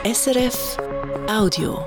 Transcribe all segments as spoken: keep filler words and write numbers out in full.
S R F Audio.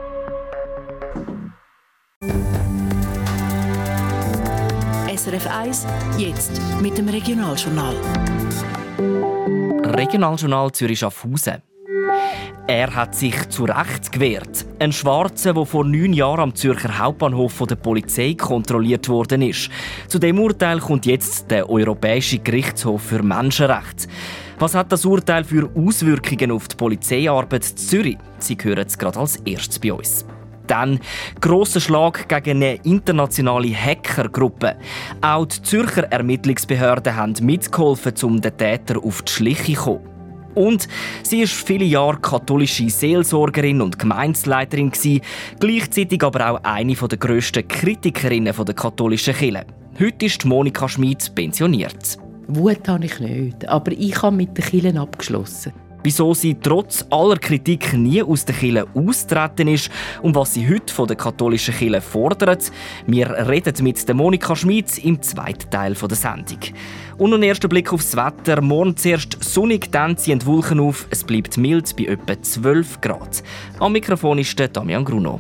S R F eins, jetzt mit dem Regionaljournal. Regionaljournal Zürich-Schaffhausen. Er hat sich zu Recht gewehrt. Ein Schwarzer, der vor neun Jahren am Zürcher Hauptbahnhof von der Polizei kontrolliert worden ist. Zu dem Urteil kommt jetzt der Europäische Gerichtshof für Menschenrechte. Was hat das Urteil für Auswirkungen auf die Polizeiarbeit in Zürich? Sie hören es gerade als erstes bei uns. Dann grosser Schlag gegen eine internationale Hackergruppe. Auch die Zürcher Ermittlungsbehörden haben mitgeholfen, um den Täter auf die Schliche zu kommen. Und sie war viele Jahre katholische Seelsorgerin und Gemeindeleiterin, gleichzeitig aber auch eine der grössten Kritikerinnen der katholischen Kirche. Heute ist Monika Schmid pensioniert. Wut habe ich nicht, aber ich habe mit den Kirchen abgeschlossen. Wieso sie trotz aller Kritik nie aus der Kirche austreten ist und was sie heute von der katholischen Kirche fordert. Wir reden mit der Monika Schmid im zweiten Teil der Sendung. Und nun erster Blick aufs Wetter. Morgen zuerst sonnig, dann ziehen Wolken auf. Es bleibt mild bei etwa zwölf Grad. Am Mikrofon ist der Damian Gruno.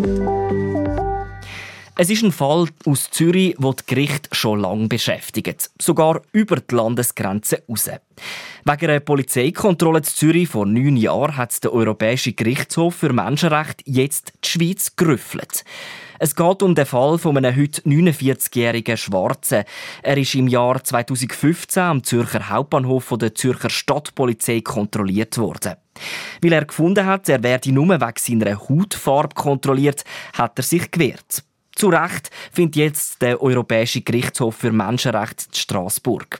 Es ist ein Fall aus Zürich, der die Gerichte schon lange beschäftigt. Sogar über die Landesgrenzen raus. Wegen einer Polizeikontrolle in Zürich vor neun Jahren hat der Europäische Gerichtshof für Menschenrechte jetzt die Schweiz gerüffelt. Es geht um den Fall von einem heute neunundvierzigjährigen Schwarzen. Er ist im Jahr zweitausendfünfzehn am Zürcher Hauptbahnhof von der Zürcher Stadtpolizei kontrolliert worden. Weil er gefunden hat, er werde nur wegen seiner Hautfarbe kontrolliert, hat er sich gewehrt. Zu Recht findet jetzt der Europäische Gerichtshof für Menschenrechte in Straßburg.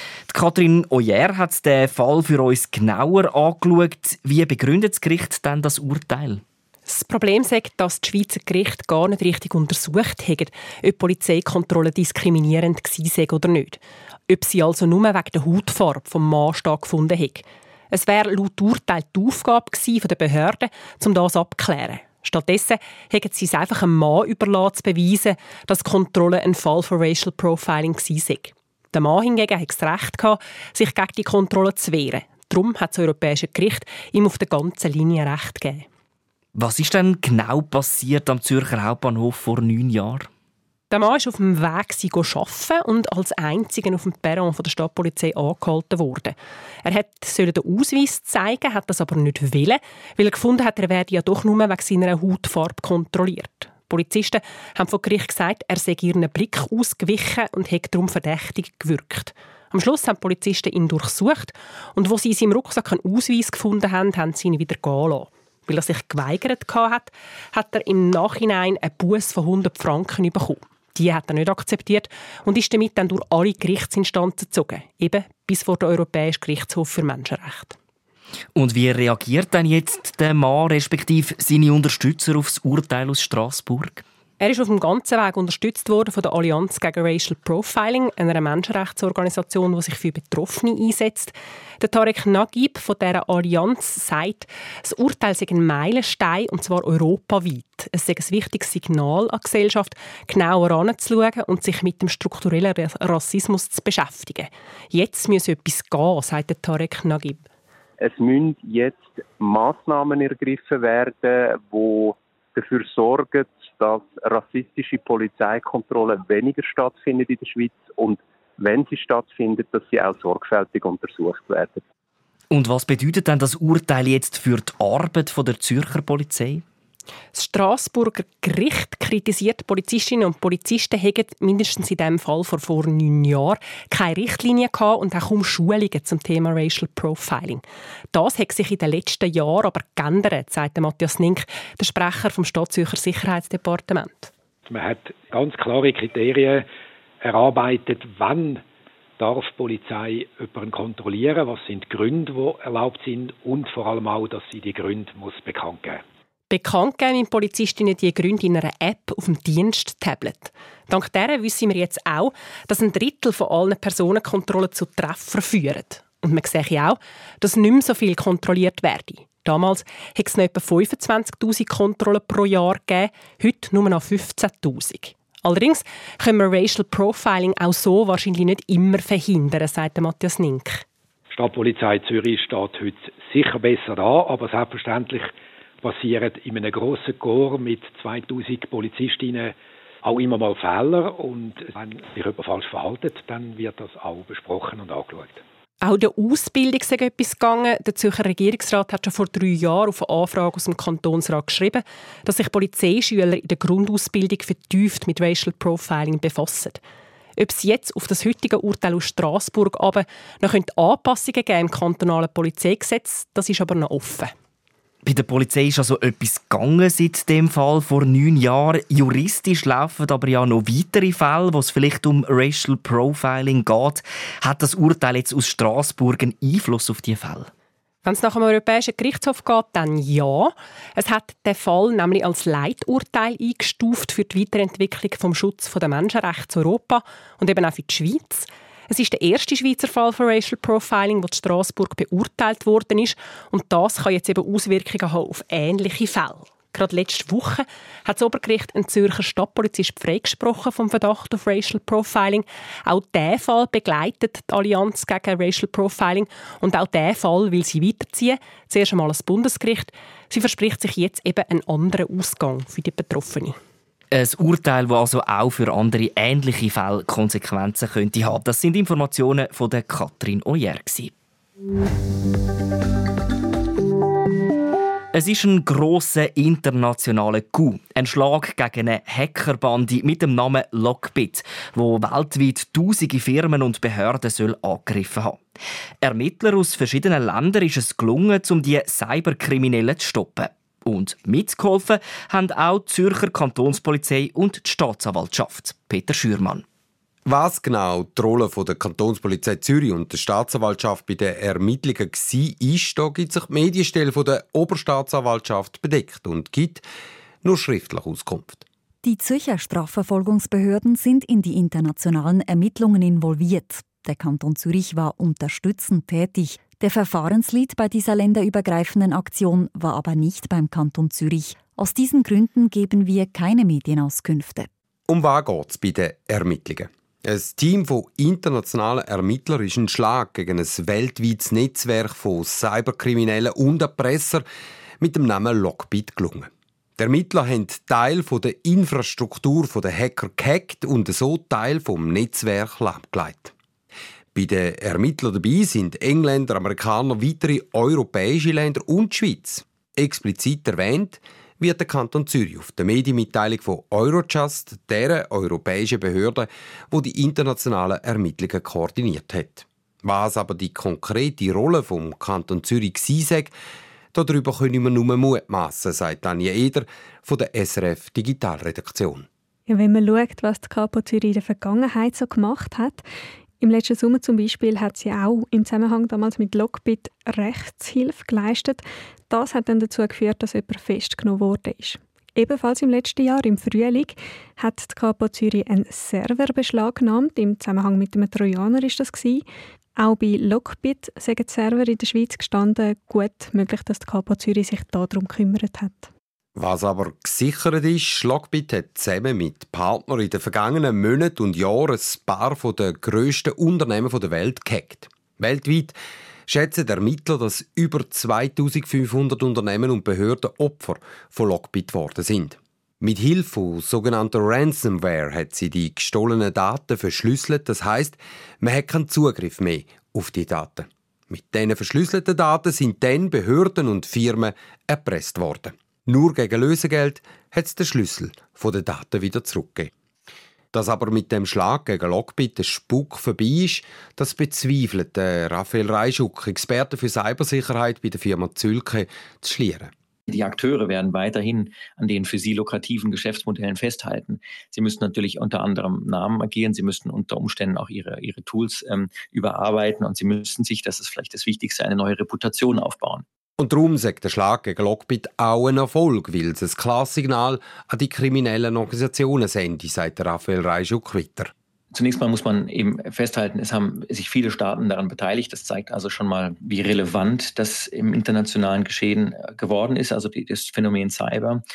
Katrin Oyer hat den Fall für uns genauer angeschaut. Wie begründet das Gericht denn das Urteil? Das Problem ist, dass die Schweizer Gerichte gar nicht richtig untersucht haben, ob Polizeikontrollen diskriminierend waren oder nicht. Ob sie also nur wegen der Hautfarbe vom Mann stattgefunden haben. Es wäre laut Urteil die Aufgabe der Behörden, um das abzuklären. Stattdessen haben sie es einfach einem Mann überlassen, zu beweisen, dass die Kontrolle ein Fall von Racial Profiling war. Der Mann hingegen hatte das Recht, sich gegen die Kontrolle zu wehren. Darum hat das Europäische Gericht ihm auf der ganzen Linie Recht gegeben. Was ist denn genau passiert am Zürcher Hauptbahnhof vor neun Jahren? Der Mann ist auf dem Weg sie arbeiten und als einziger auf dem Perron von der Stadtpolizei angehalten worden. Er sollte den Ausweis zeigen, hat das aber nicht wollen, weil er gefunden hat, er werde ja doch nur wegen seiner Hautfarbe kontrolliert. Die Polizisten haben vor Gericht gesagt, er sei ihren Blick ausgewichen und hätte darum verdächtig gewirkt. Am Schluss haben die Polizisten ihn durchsucht und wo sie in seinem Rucksack einen Ausweis gefunden haben, haben sie ihn wieder gehen lassen. Weil er sich geweigert hat, hat er im Nachhinein einen Buß von hundert Franken bekommen. Die hat er nicht akzeptiert und ist damit dann durch alle Gerichtsinstanzen gezogen, eben bis vor den Europäischen Gerichtshof für Menschenrechte. Und wie reagiert denn jetzt der Mann respektive seine Unterstützer auf das Urteil aus Straßburg? Er ist auf dem ganzen Weg unterstützt worden von der Allianz gegen Racial Profiling, einer Menschenrechtsorganisation, die sich für Betroffene einsetzt. Der Tarek Naguib von dieser Allianz sagt, das Urteil sei ein Meilenstein, und zwar europaweit. Es sei ein wichtiges Signal an die Gesellschaft, genauer anzuschauen und sich mit dem strukturellen Rassismus zu beschäftigen. Jetzt muss etwas gehen, sagt der Tarek Naguib. Es müssen jetzt Massnahmen ergriffen werden, die dafür sorgen, dass rassistische Polizeikontrollen weniger stattfinden in der Schweiz und wenn sie stattfinden, dass sie auch sorgfältig untersucht werden. Und was bedeutet denn das Urteil jetzt für die Arbeit der Zürcher Polizei? Das Straßburger Gericht kritisiert, Polizistinnen und Polizisten hätten mindestens in diesem Fall vor, vor neun Jahren keine Richtlinien gehabt und auch kaum Schulungen zum Thema Racial Profiling. Das hat sich in den letzten Jahren aber geändert, sagt Matthias Nink, der Sprecher vom Stadtzürcher Sicherheitsdepartement. Man hat ganz klare Kriterien erarbeitet, wann darf die Polizei jemanden kontrollieren, was sind die Gründe, die erlaubt sind und vor allem auch, dass sie die Gründe muss bekannt geben. Bekannt geben den Polizistinnen die Gründe in einer App auf dem Diensttablet. Dank dieser wissen wir jetzt auch, dass ein Drittel von allen Personenkontrollen zu Treffern führen. Und man sieht auch, dass nicht mehr so viel kontrolliert werde. Damals hat es noch etwa fünfundzwanzigtausend Kontrollen pro Jahr gegeben, heute nur noch fünfzehntausend. Allerdings können wir Racial Profiling auch so wahrscheinlich nicht immer verhindern, sagt Matthias Nink. Stadtpolizei Zürich steht heute sicher besser da, aber selbstverständlich passieren in einem grossen Korps mit zweitausend Polizistinnen auch immer mal Fehler. Und wenn sich jemand falsch verhält, dann wird das auch besprochen und angeschaut. Auch der Ausbildung ist etwas gegangen. Der Zürcher Regierungsrat hat schon vor drei Jahren auf eine Anfrage aus dem Kantonsrat geschrieben, dass sich Polizeischüler in der Grundausbildung vertieft mit Racial Profiling befassen. Ob es jetzt auf das heutige Urteil aus Straßburg aber noch Anpassungen geben im kantonalen Polizeigesetz, das ist aber noch offen. Bei der Polizei ist also etwas gegangen seit dem Fall vor neun Jahren. Juristisch laufen aber ja noch weitere Fälle, wo es vielleicht um Racial Profiling geht. Hat das Urteil jetzt aus Straßburg einen Einfluss auf diese Fälle? Wenn es nach dem Europäischen Gerichtshof geht, dann ja. Es hat den Fall nämlich als Leiturteil eingestuft für die Weiterentwicklung vom Schutz der Menschenrechte in Europa und eben auch für die Schweiz. Es ist der erste Schweizer Fall von Racial Profiling, der in Straßburg beurteilt worden ist. Und das kann jetzt eben Auswirkungen haben auf ähnliche Fälle. Gerade letzte Woche hat das Obergericht einen Zürcher Stadtpolizist freigesprochen vom Verdacht auf Racial Profiling. Auch dieser Fall begleitet die Allianz gegen Racial Profiling. Und auch dieser Fall will sie weiterziehen. Zuerst einmal ans Bundesgericht. Sie verspricht sich jetzt eben einen anderen Ausgang für die Betroffenen. Ein Urteil, das also auch für andere ähnliche Fälle Konsequenzen könnte haben. Das sind Informationen von der Katrin Oyer. Es ist ein grosser internationaler Coup. Ein Schlag gegen eine Hackerbande mit dem Namen Lockbit, wo weltweit tausende Firmen und Behörden soll angegriffen haben. Ermittlern aus verschiedenen Ländern ist es gelungen, um die Cyberkriminellen zu stoppen. Und mitgeholfen haben auch die Zürcher Kantonspolizei und die Staatsanwaltschaft. Peter Schürmann. Was genau die Rolle der Kantonspolizei Zürich und der Staatsanwaltschaft bei den Ermittlungen war, da gibt sich die Medienstelle der Oberstaatsanwaltschaft bedeckt und gibt nur schriftlich Auskunft. Die Zürcher Strafverfolgungsbehörden sind in die internationalen Ermittlungen involviert. Der Kanton Zürich war unterstützend tätig. Der Verfahrenslead bei dieser länderübergreifenden Aktion war aber nicht beim Kanton Zürich. Aus diesen Gründen geben wir keine Medienauskünfte. Um was geht es bei den Ermittlungen? Ein Team von internationalen Ermittlern ist ein Schlag gegen ein weltweites Netzwerk von Cyberkriminellen und Erpressern mit dem Namen Lockbit gelungen. Die Ermittler haben Teil der Infrastruktur der Hacker gehackt und so Teil des Netzwerks lahmgelegt. Bei den Ermittlern dabei sind Engländer, Amerikaner, weitere europäische Länder und die Schweiz. Explizit erwähnt wird der Kanton Zürich auf der Medienmitteilung von Eurojust, der europäischen Behörde, die die internationalen Ermittlungen koordiniert hat. Was aber die konkrete Rolle vom Kanton Zürich war, darüber können wir nur mutmassen, sagt Anja Eder von der S R F Digitalredaktion. Ja, wenn man schaut, was die Kapo Zürich in der Vergangenheit so gemacht hat, im letzten Sommer zum Beispiel hat sie auch im Zusammenhang damals mit Lockbit Rechtshilfe geleistet. Das hat dann dazu geführt, dass jemand festgenommen worden ist. Ebenfalls im letzten Jahr, im Frühling, hat die Kapo Zürich einen Server beschlagnahmt. Im Zusammenhang mit einem Trojaner war das gewesen. Auch bei Lockbit sind die Server in der Schweiz gestanden. Gut möglich, dass die Kapo Zürich sich darum gekümmert hat. Was aber gesichert ist, Lockbit hat zusammen mit Partnern in den vergangenen Monaten und Jahren ein paar der grössten Unternehmen der Welt gehackt. Weltweit schätzen die Ermittler, dass über zweitausendfünfhundert Unternehmen und Behörden Opfer von Lockbit geworden sind. Mit Hilfe von sogenannter Ransomware hat sie die gestohlenen Daten verschlüsselt. Das heisst, man hat keinen Zugriff mehr auf die Daten. Mit diesen verschlüsselten Daten sind dann Behörden und Firmen erpresst worden. Nur gegen Lösegeld hat es den Schlüssel der Daten wieder zurückgegeben. Dass aber mit dem Schlag gegen Lockbit der Spuk vorbei ist, das bezweifelt Raphael Reischuk, Experte für Cybersicherheit bei der Firma Zülke, zu Schlieren. Die Akteure werden weiterhin an den für sie lukrativen Geschäftsmodellen festhalten. Sie müssen natürlich unter anderem Namen agieren, sie müssen unter Umständen auch ihre, ihre Tools ähm, überarbeiten und sie müssen sich, das ist vielleicht das Wichtigste, eine neue Reputation aufbauen. Und darum sagt der Schlag gegen Lockbit auch ein Erfolg, weil es ein klares Signal an die kriminellen Organisationen sendet, sagt Raphael Reischuk weiter. Zunächst mal muss man eben festhalten, es haben sich viele Staaten daran beteiligt. Das zeigt also schon mal, wie relevant das im internationalen Geschehen geworden ist, also das Phänomen Cyber.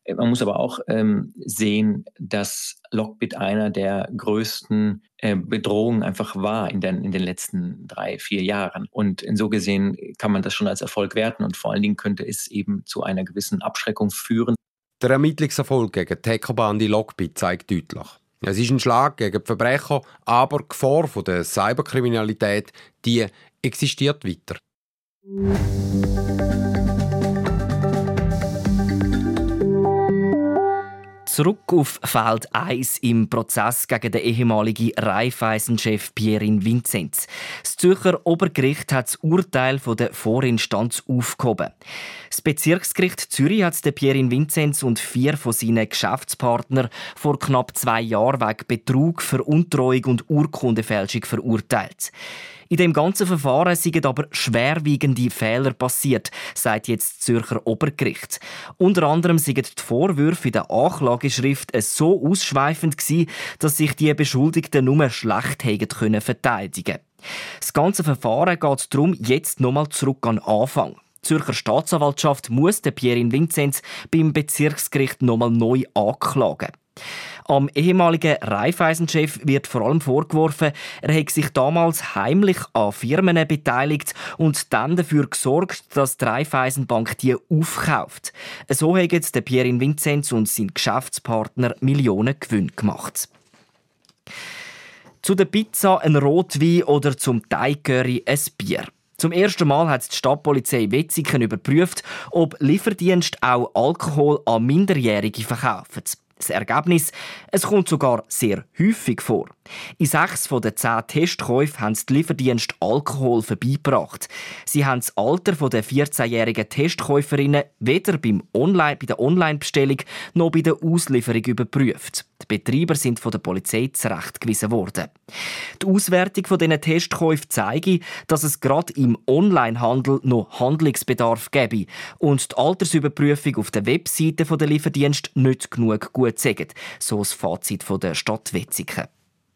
Man muss aber auch ähm, sehen, dass Lockbit einer der größten äh, Bedrohungen einfach war in den, in den letzten drei, vier Jahren. Und so gesehen kann man das schon als Erfolg werten und vor allen Dingen könnte es eben zu einer gewissen Abschreckung führen. Der Ermittlungserfolg gegen die Hackerbande Lockbit zeigt deutlich: Es ist ein Schlag gegen die Verbrecher, aber die Gefahr von der Cyberkriminalität, die existiert weiter. Zurück auf Feld eins im Prozess gegen den ehemaligen Raiffeisen-Chef Pierin Vinzenz. Das Zürcher Obergericht hat das Urteil von der Vorinstanz aufgehoben. Das Bezirksgericht Zürich hat den Pierin Vinzenz und vier von seinen Geschäftspartnern vor knapp zwei Jahren wegen Betrug, Veruntreuung und Urkundenfälschung verurteilt. In dem ganzen Verfahren sind aber schwerwiegende Fehler passiert, sagt jetzt das Zürcher Obergericht. Unter anderem sind die Vorwürfe in der Anklageschrift so ausschweifend gewesen, dass sich die Beschuldigten nur schlecht hätten können verteidigen. Das ganze Verfahren geht darum jetzt nochmal zurück an den Anfang. Die Zürcher Staatsanwaltschaft muss den Pierin Vinzenz beim Bezirksgericht nochmal neu anklagen. Am ehemaligen Raiffeisen-Chef wird vor allem vorgeworfen, er hätte sich damals heimlich an Firmen beteiligt und dann dafür gesorgt, dass die Raiffeisenbank die aufkauft. So haben der Pierin Vinzenz und sein Geschäftspartner Millionen Gewinn gemacht. Zu der Pizza ein Rotwein oder zum Teigcurry ein Bier. Zum ersten Mal hat die Stadtpolizei Wetzikon überprüft, ob Lieferdienste auch Alkohol an Minderjährige verkaufen. Das Ergebnis: Es kommt sogar sehr häufig vor. In sechs von den zehn Testkäufen haben die Lieferdienste Alkohol vorbeigebracht. Sie haben das Alter der vierzehnjährigen Testkäuferinnen weder beim Online, bei der Online-Bestellung noch bei der Auslieferung überprüft. Die Betreiber sind von der Polizei zurechtgewiesen worden. Die Auswertung dieser Testkäufe zeigt, dass es gerade im Onlinehandel noch Handlungsbedarf gäbe und die Altersüberprüfung auf der Webseite der Lieferdienste nicht genug gut sagt, so das Fazit der Stadt Wetzikon.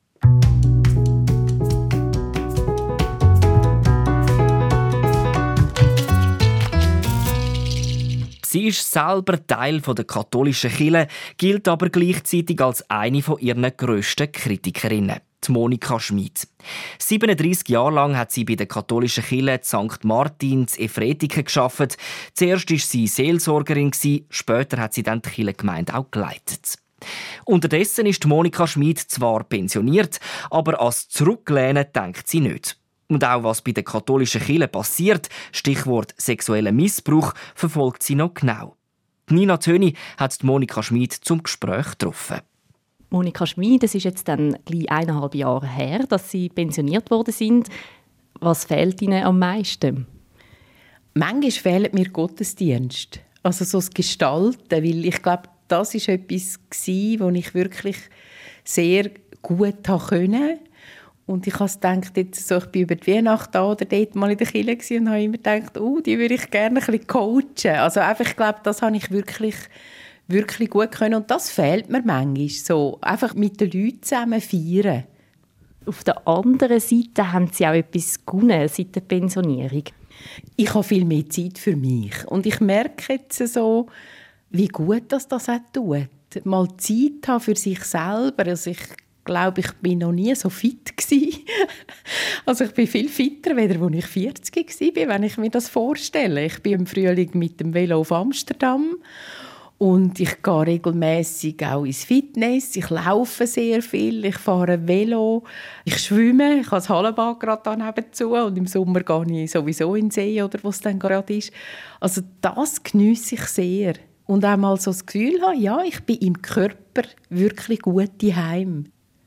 Sie ist selber Teil der katholischen Kirche, gilt aber gleichzeitig als eine ihrer grössten Kritikerinnen, die Monika Schmid. siebenunddreissig Jahre lang hat sie bei der katholischen Kirche Sankt Martin in Efretiken gearbeitet. Zuerst war sie Seelsorgerin, später hat sie dann die Kirchengemeinde auch geleitet. Unterdessen ist Monika Schmid zwar pensioniert, aber ans Zurücklehnen denkt sie nicht. Und auch was bei der katholischen Kirche passiert, Stichwort sexueller Missbrauch, verfolgt sie noch genau. Nina Töni hat Monika Schmid zum Gespräch getroffen. Monika Schmid, es ist jetzt dann gleich eineinhalb Jahre her, dass Sie pensioniert worden sind. Was fehlt Ihnen am meisten? Manchmal fehlt mir Gottesdienst. Also so das Gestalten, weil ich glaube, das war etwas, was ich wirklich sehr gut konnte. Und ich habe gedacht, jetzt, so, ich bin über die Weihnacht da oder dort mal in der Kirche und habe immer gedacht, oh, die würde ich gerne ein bisschen coachen. Also einfach, ich glaube, das habe ich wirklich, wirklich gut können. Und das fehlt mir manchmal. So, einfach mit den Leuten zusammen feiern. Auf der anderen Seite haben Sie auch etwas gewonnen seit der Pensionierung. Ich habe viel mehr Zeit für mich. Und ich merke jetzt so, wie gut das, das auch tut. Mal Zeit haben für sich selber. Also ich glaube, ich bin noch nie so fit gewesen. Also ich bin viel fitter, als ich vierzig war, wenn ich mir das vorstelle. Ich bin im Frühling mit dem Velo auf Amsterdam und ich gehe regelmässig auch ins Fitness. Ich laufe sehr viel, ich fahre Velo, ich schwimme, ich habe das Hallenbad gerade da nebenzu und im Sommer gehe ich sowieso in den See oder wo es dann gerade ist. Also das geniesse ich sehr. Und auch mal so das Gefühl haben, ja, ich bin im Körper wirklich gut daheim.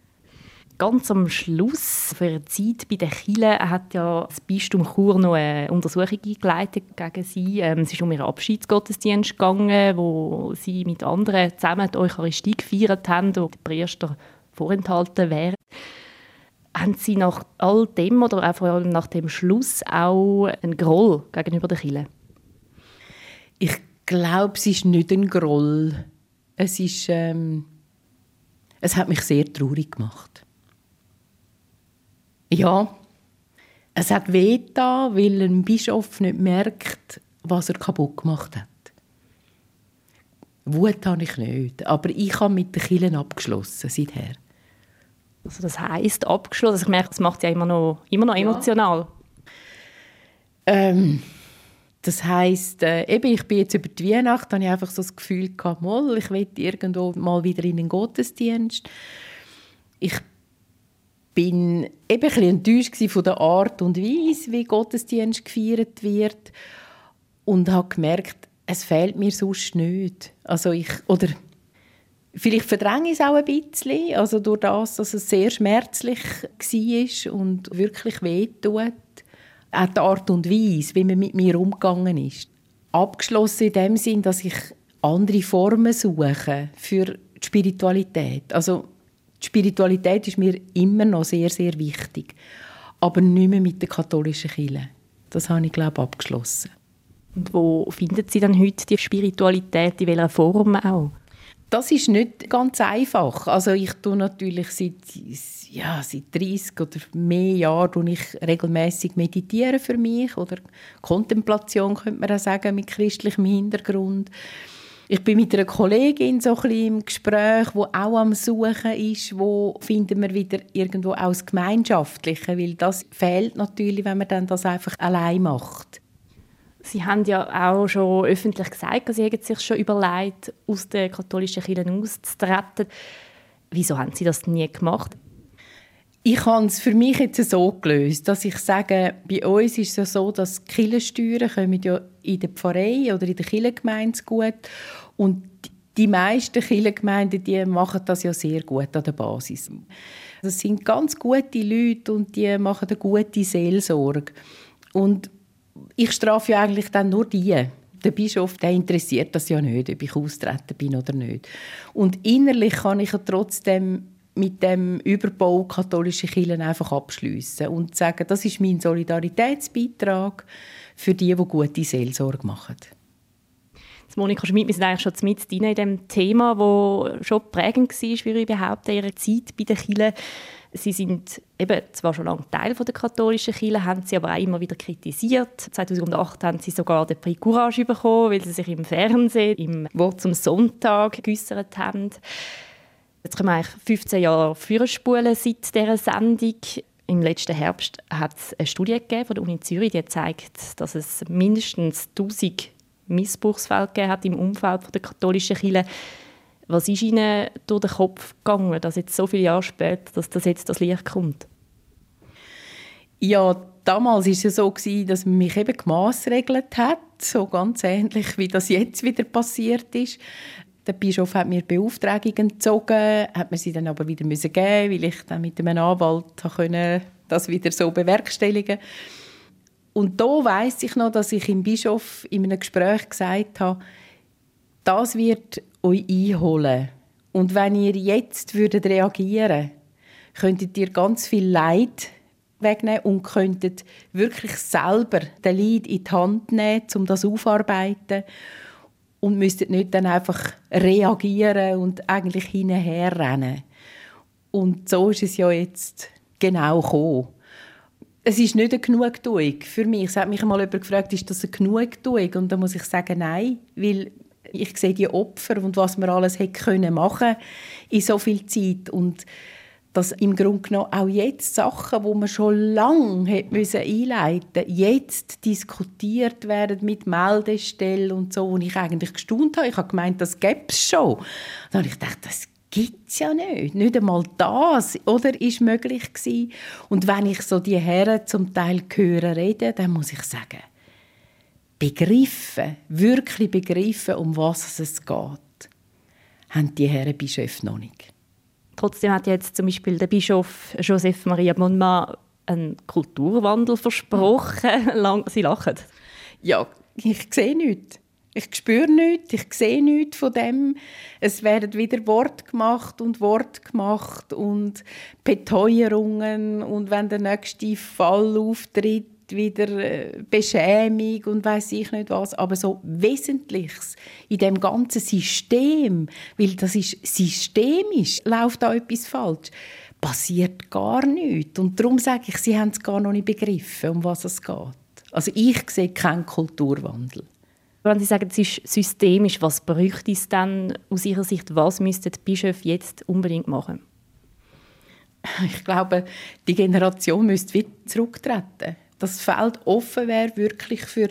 Ganz am Schluss für eine Zeit bei der Kirche hat ja das Bistum Chur noch eine Untersuchung eingeleitet gegen Sie. Ähm, es ist um Ihren Abschiedsgottesdienst gegangen, wo Sie mit anderen zusammen die Eucharistie gefeiert haben, wo die Priester vorenthalten wären. Haben Sie nach all dem oder auch vor allem nach dem Schluss auch einen Groll gegenüber der Kirche? Ich glaube, es ist nicht ein Groll. Es ist, ähm, es hat mich sehr traurig gemacht. Ja, es hat weh getan, weil ein Bischof nicht merkt, was er kaputt gemacht hat. Wut habe ich nicht, aber ich habe mit den Kirchen abgeschlossen seither. Also das heisst abgeschlossen. Also ich merke, das macht es ja immer noch, immer noch emotional. Ja. Ähm, das heisst, äh, eben, ich bin jetzt über die Weihnacht, habe ich einfach so das Gefühl gehabt, mal, ich will irgendwo mal wieder in den Gottesdienst. Ich bin eben ein bisschen enttäuscht von der Art und Weise, wie Gottesdienst gefeiert wird, und habe gemerkt, es fehlt mir sonst nicht. Also ich, oder vielleicht verdränge ich es auch ein bisschen, also durch das, dass es sehr schmerzlich war und wirklich wehtut. Auch die Art und Weise, wie man mit mir umgegangen ist. Abgeschlossen in dem Sinn, dass ich andere Formen suche für die Spiritualität. Also die Spiritualität ist mir immer noch sehr, sehr wichtig. Aber nicht mehr mit der katholischen Kirche. Das habe ich, glaube ich, abgeschlossen. Und wo finden Sie dann heute die Spiritualität, in welcher Form auch? Das ist nicht ganz einfach. Also ich tue natürlich seit, ja, seit dreißig oder mehr Jahren ich regelmäßig meditiere für mich oder Kontemplation, könnte man auch sagen, mit christlichem Hintergrund. Ich bin mit einer Kollegin so ein bisschen im Gespräch, die auch am Suchen ist, wo finden wir wieder irgendwo auch das Gemeinschaftliche, weil das fehlt natürlich, wenn man dann das einfach allein macht. Sie haben ja auch schon öffentlich gesagt, Sie hätten sich schon überlegt, aus der katholischen Kirche auszutreten. Wieso haben Sie das nie gemacht? Ich habe es für mich jetzt so gelöst, dass ich sage, bei uns ist es so, dass die Kirchensteuern kommen ja in der Pfarrei oder in der Kirchengemeinde gut. Und die meisten Kirchengemeinden, die machen das ja sehr gut an der Basis. Das sind ganz gute Leute und die machen eine gute Seelsorge. Und ich strafe ja eigentlich dann nur die. Der Bischof, der interessiert das ja nicht, ob ich austreten bin oder nicht. Und innerlich kann ich ja trotzdem mit dem Überbau katholische Kirchen einfach abschliessen und sagen, das ist mein Solidaritätsbeitrag für die, die gute Seelsorge machen. Monika Schmid, wir sind eigentlich schon mit in diesem Thema, das schon prägend war, würde ich behaupten, in ihrer Zeit bei den Kirchen. Sie sind eben zwar schon lange Teil der katholischen Kirche, haben sie aber auch immer wieder kritisiert. zweitausendacht haben sie sogar den Prix Courage bekommen, weil sie sich im Fernsehen, im Wort zum Sonntag geäussert haben. Jetzt können wir eigentlich fünfzehn Jahre vorspulen seit dieser Sendung. Im letzten Herbst hat es eine Studie gegeben von der Uni Zürich, die zeigt, dass es mindestens tausend Missbrauchsfälle gegeben hat im Umfeld der katholischen Kirche. Was ist Ihnen durch den Kopf gegangen, dass jetzt so viele Jahre später, dass das jetzt das Licht kommt? Ja, damals war es ja so, dass man mich eben gemassregelt hat, so ganz ähnlich, wie das jetzt wieder passiert ist. Der Bischof hat mir Beauftragung entzogen, hat mir sie dann aber wieder geben müssen, weil ich dann mit einem Anwalt das wieder so bewerkstelligen konnte. Und da weiss ich noch, dass ich im Bischof in einem Gespräch gesagt habe, das wird euch einholen. Und wenn ihr jetzt würdet reagieren, könntet ihr ganz viel Leid wegnehmen und könntet wirklich selber den Leid in die Hand nehmen, um das aufzuarbeiten. Und müsstet nicht dann einfach reagieren und eigentlich hinterher rennen. Und so ist es ja jetzt genau gekommen. Es ist nicht eine Genugtuung für mich. Es hat mich einmal jemand gefragt, ist das eine Genugtuung? Und dann muss ich sagen, nein, weil ich sehe die Opfer und was man alles hätte können machen in so viel Zeit. Und dass im Grunde genommen auch jetzt Sachen, die man schon lange hätte müssen einleiten musste, jetzt diskutiert werden mit Meldestellen und so, wo ich eigentlich gestaunt habe. Ich habe gemeint, das gäbe es schon. Dann habe ich gedacht, das gibt es ja nicht. Nicht einmal das, oder, ist möglich gewesen. Und wenn ich so die Herren zum Teil höre reden, dann muss ich sagen, begriffen, wirklich begriffen, um was es geht, haben die Herren Bischöfe noch nicht. Trotzdem hat jetzt zum Beispiel der Bischof Joseph Maria Monma einen Kulturwandel versprochen. Sie lachen. Ja, ich sehe nichts. Ich spüre nichts, ich sehe nichts von dem. Es werden wieder Worte gemacht und Worte gemacht und Beteuerungen. Und wenn der nächste Fall auftritt, wieder Beschämung und weiss ich nicht was. Aber so Wesentliches in dem ganzen System, weil das ist systemisch, läuft da etwas falsch, passiert gar nichts. Und darum sage ich, sie haben es gar noch nicht begriffen, um was es geht. Also ich sehe keinen Kulturwandel. Wenn Sie sagen, es ist systemisch, was bräuchte es dann aus Ihrer Sicht? Was müssten die Bischöfe jetzt unbedingt machen? Ich glaube, die Generation müsste wieder zurücktreten. Das Feld offen wäre wirklich für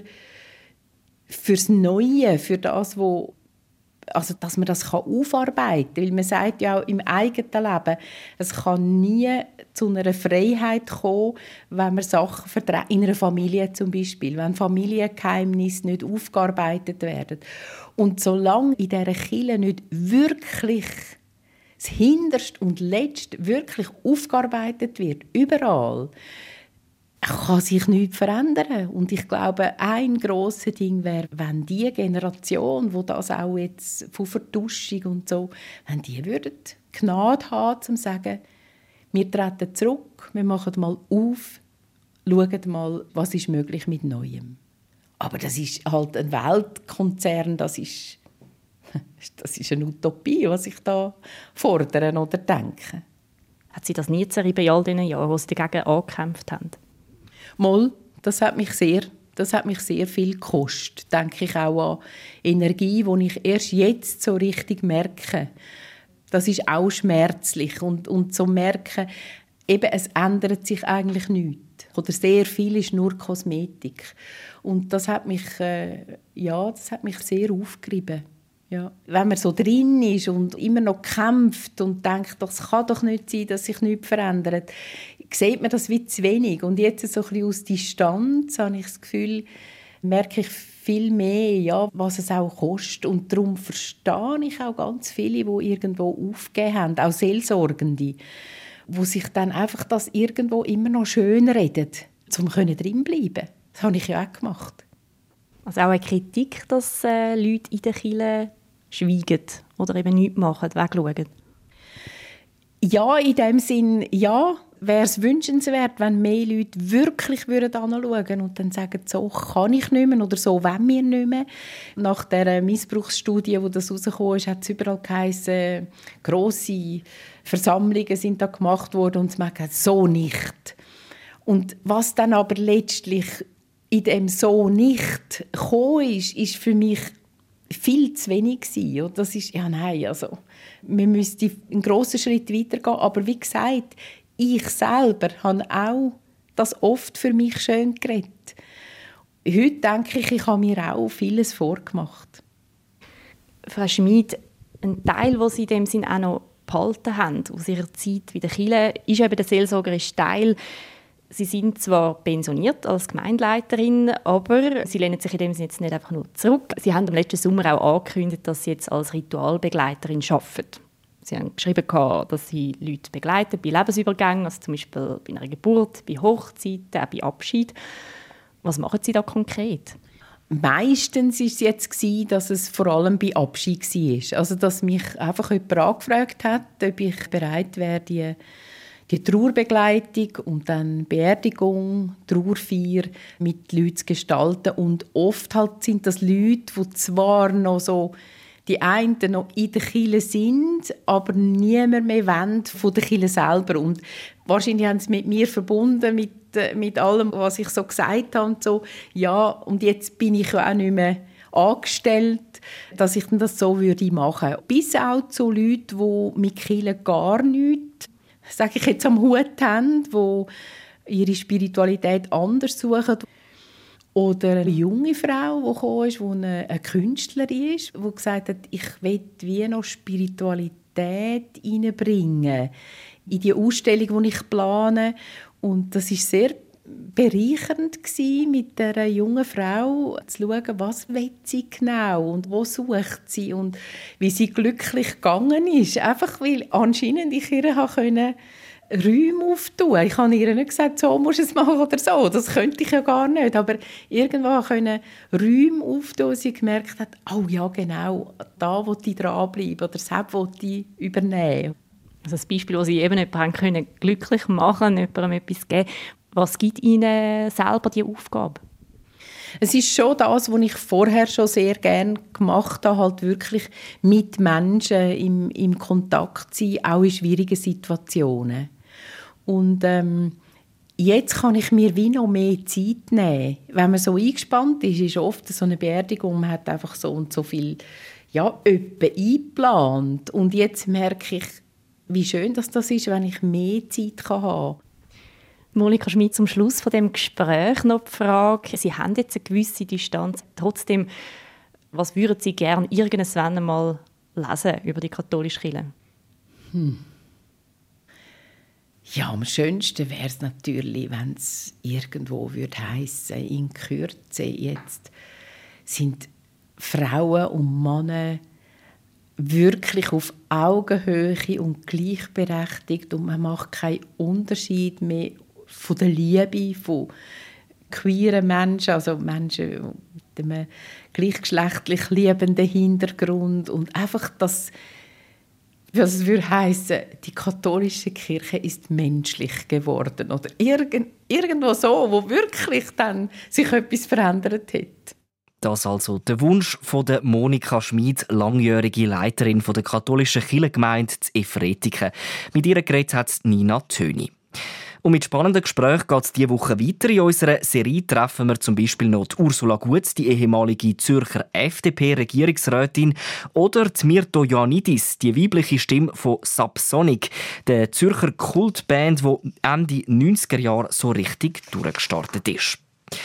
fürs Neue, für das, wo also dass man das aufarbeiten kann. Weil man sagt ja auch im eigenen Leben, es kann nie zu einer Freiheit kommen, wenn man Sachen verdreht. In einer Familie zum Beispiel, wenn Familiengeheimnisse nicht aufgearbeitet werden. Und solange in dieser Kirche nicht wirklich das Hinterste und Letzte wirklich aufgearbeitet wird, überall, kann sich nichts verändern. Und ich glaube, ein grosses Ding wäre, wenn die Generation, die das auch jetzt von Vertuschung und so, wenn die würden Gnade haben, um zu sagen, wir treten zurück, wir machen mal auf, schauen mal, was ist möglich mit Neuem. Aber das ist halt ein Weltkonzern, das ist, das ist eine Utopie, was ich da fordere oder denke. Hat Sie das nie zerrieben in all diesen Jahren, wo Sie dagegen angekämpft haben? Mal, das hat mich sehr, das hat mich sehr viel gekostet. Denke ich auch an Energie, die ich erst jetzt so richtig merke. Das ist auch schmerzlich und, und so merken, eben, es ändert sich eigentlich nichts. Oder sehr viel ist nur Kosmetik. Und das hat mich, äh, ja, das hat mich sehr aufgerieben. Ja. Wenn man so drin ist und immer noch kämpft und denkt, das kann doch nicht sein, dass sich nichts verändert, sieht man das wie zu wenig. Und jetzt so ein bisschen aus Distanz habe ich das Gefühl, merke ich viel mehr, ja, was es auch kostet. Und darum verstehe ich auch ganz viele, die irgendwo aufgegeben haben, auch Seelsorgende, die sich dann einfach das irgendwo immer noch schön reden, um drin bleiben können. Das habe ich ja auch gemacht. Also auch eine Kritik, dass äh, Leute in der Kirche schweigen oder eben nichts machen, wegschauen? Ja, in dem Sinn, ja, wäre es wünschenswert, wenn mehr Leute wirklich anschauen würden und dann sagen, so kann ich nicht mehr oder so wollen wir nicht mehr. Nach der Missbrauchsstudie, wo das rausgekommen ist, hat es überall geheißen, grosse Versammlungen sind da gemacht worden und es merken, so nicht. Und was dann aber letztlich in dem so nicht gekommen ist, ist für mich viel zu wenig gewesen. Und das ist, ja nein, also, wir müssten einen grossen Schritt weitergehen. Aber wie gesagt, ich selber habe auch das oft für mich schön geredet. Heute denke ich, ich habe mir auch vieles vorgemacht. Frau Schmid, ein Teil, den Sie in dem Sinn auch noch behalten haben aus Ihrer Zeit bei der Kirche, ist eben der seelsorgerische Teil. Sie sind zwar pensioniert als Gemeindeleiterin, aber Sie lehnen sich in dem Sinne jetzt nicht einfach nur zurück. Sie haben im letzten Sommer auch angekündigt, dass Sie jetzt als Ritualbegleiterin arbeiten. Sie haben geschrieben, dass Sie Leute begleiten bei Lebensübergängen, also zum Beispiel bei einer Geburt, bei Hochzeiten, auch bei Abschied. Was machen Sie da konkret? Meistens war es jetzt, dass es vor allem bei Abschied war. Also, dass mich einfach jemand angefragt hat, ob ich bereit wäre, die Die Trauerbegleitung und dann Beerdigung, Trauerfeier mit Leuten zu gestalten. Und oft halt sind das Leute, die zwar noch so, die einen noch in der Kirche sind, aber niemand mehr wollen von der Kirche selber. Und wahrscheinlich haben sie mit mir verbunden, mit, mit allem, was ich so gesagt habe. Und so. Ja, und jetzt bin ich auch nicht mehr angestellt, dass ich das so würde machen. Bis auch zu Leuten, die mit Kirche gar nichts, sage ich jetzt, am Hut haben, die ihre Spiritualität anders suchen. Oder eine junge Frau, die gekommen ist, die eine, eine Künstlerin ist, die gesagt hat, ich will wie noch Spiritualität hineinbringen in die Ausstellung, die ich plane. Und das war sehr bereichernd gewesen, mit dieser jungen Frau zu schauen, was will sie genau und wo sucht sie und wie sie glücklich gegangen ist. Einfach weil anscheinend ich ihr Räume auftun. Ich habe ihr nicht gesagt, so musst du es machen oder so. Das könnte ich ja gar nicht. Aber irgendwann können Räume auftun, wo sie gemerkt hat, oh ja, genau, da will ich dranbleiben oder das will ich übernehmen. Also das Beispiel, das Sie eben jemanden können glücklich machen, jemandem etwas geben. Was gibt Ihnen selber diese Aufgabe? Es ist schon das, was ich vorher schon sehr gerne gemacht habe, halt wirklich mit Menschen im, im Kontakt sein, auch in schwierigen Situationen. Und ähm, jetzt kann ich mir wie noch mehr Zeit nehmen. Wenn man so eingespannt ist, ist oft so eine Beerdigung, man hat einfach so und so viel ja, öppe eingeplant. Und jetzt merke ich, wie schön das ist, wenn ich mehr Zeit haben kann. Monika Schmid, zum Schluss von dem Gespräch noch die Frage, Sie haben jetzt eine gewisse Distanz. Trotzdem, was würden Sie gerne irgendwann einmal lesen über die katholische Kirche? Hm. Ja, am schönsten wäre es natürlich, wenn es irgendwo würde heissen, in Kürze jetzt sind Frauen und Männer wirklich auf Augenhöhe und gleichberechtigt und man macht keinen Unterschied mehr von der Liebe von queeren Menschen, also Menschen mit einem gleichgeschlechtlich liebenden Hintergrund und einfach das, was es würde heissen, die katholische Kirche ist menschlich geworden oder irgend, irgendwo so, wo wirklich dann sich etwas verändert hat. Das also der Wunsch von der Monika Schmid, langjährige Leiterin der katholischen Kirchengemeinde zu Efretiken. Mit ihr geredet hat Nina Töni. Und mit spannenden Gesprächen geht es diese Woche weiter. In unserer Serie treffen wir zum Beispiel noch die Ursula Gutz, die ehemalige Zürcher F D P-Regierungsrätin, oder die Mirto Ioannidis, die weibliche Stimme von Subsonic, der Zürcher Kultband, die Ende neunziger Jahre so richtig durchgestartet ist.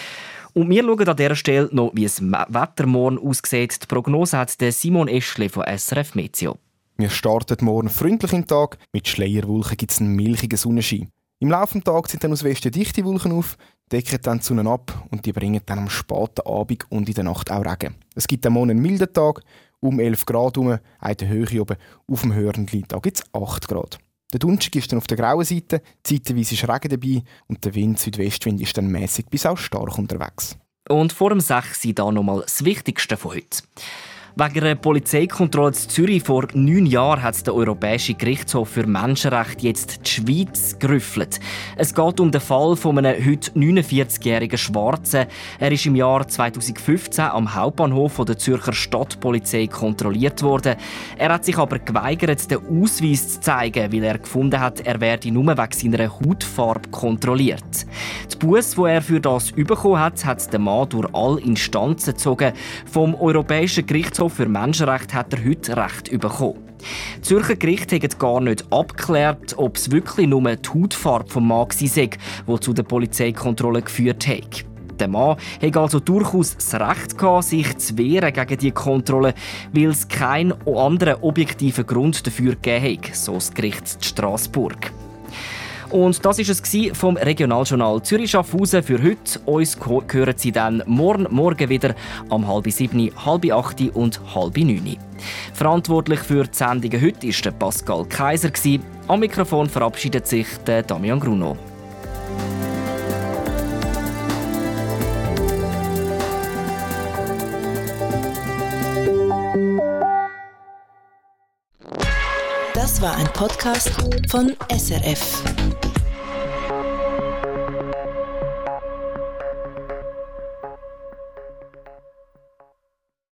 Und wir schauen an dieser Stelle noch, wie das Wetter morgen aussieht. Die Prognose hat Simon Eschle von S R F Meteo. Wir starten morgen freundlich in den Tag. Mit Schleierwolken gibt es einen milchigen Sonnenschein. Im Laufe des Tages sind dann aus Westen dichte Wolken auf, decken dann die Sonne ab und die bringen dann am späten Abend und in der Nacht auch Regen. Es gibt am Morgen einen milden Tag, um elf Grad herum, in der Höhe oben auf dem Hörnli, da gibt es acht Grad. Der Donnerstag ist dann auf der grauen Seite, zeitweise ist Regen dabei und der Wind, Südwestwind, ist dann mäßig bis auch stark unterwegs. Und vor dem sechs Uhr da nochmal das Wichtigste von heute. Wegen einer Polizeikontrolle in Zürich vor neun Jahren hat der Europäische Gerichtshof für Menschenrechte jetzt die Schweiz gerüffelt. Es geht um den Fall von einem heute neunundvierzigjährigen Schwarzen. Er ist im Jahr zweitausendfünfzehn am Hauptbahnhof der Zürcher Stadtpolizei kontrolliert worden. Er hat sich aber geweigert, den Ausweis zu zeigen, weil er gefunden hat, er werde nur wegen seiner Hautfarbe kontrolliert. Die Busse, die er für das bekommen hat, hat der Mann durch alle Instanzen gezogen. Vom Europäischen Gerichtshof für Menschenrechte hat er heute Recht bekommen. Die Zürcher Gericht hat gar nicht abgeklärt, ob es wirklich nur die Hautfarbe des Mannes sei, die zu der Polizeikontrolle geführt hat. Der Mann hat also durchaus das Recht gehabt, sich zu wehren gegen die Kontrolle, weil es keinen anderen objektiven Grund dafür gegeben hat, so das Gericht in Straßburg. Und das war es vom Regionaljournal Zürich-Schaffhausen für heute. Uns hören Sie dann morgen, morgen wieder am halb sieben, halb acht und halb neun. Verantwortlich für die Sendungen heute war Pascal Kaiser. Am Mikrofon verabschiedet sich der Damian Gruno. Das war ein Podcast von S R F.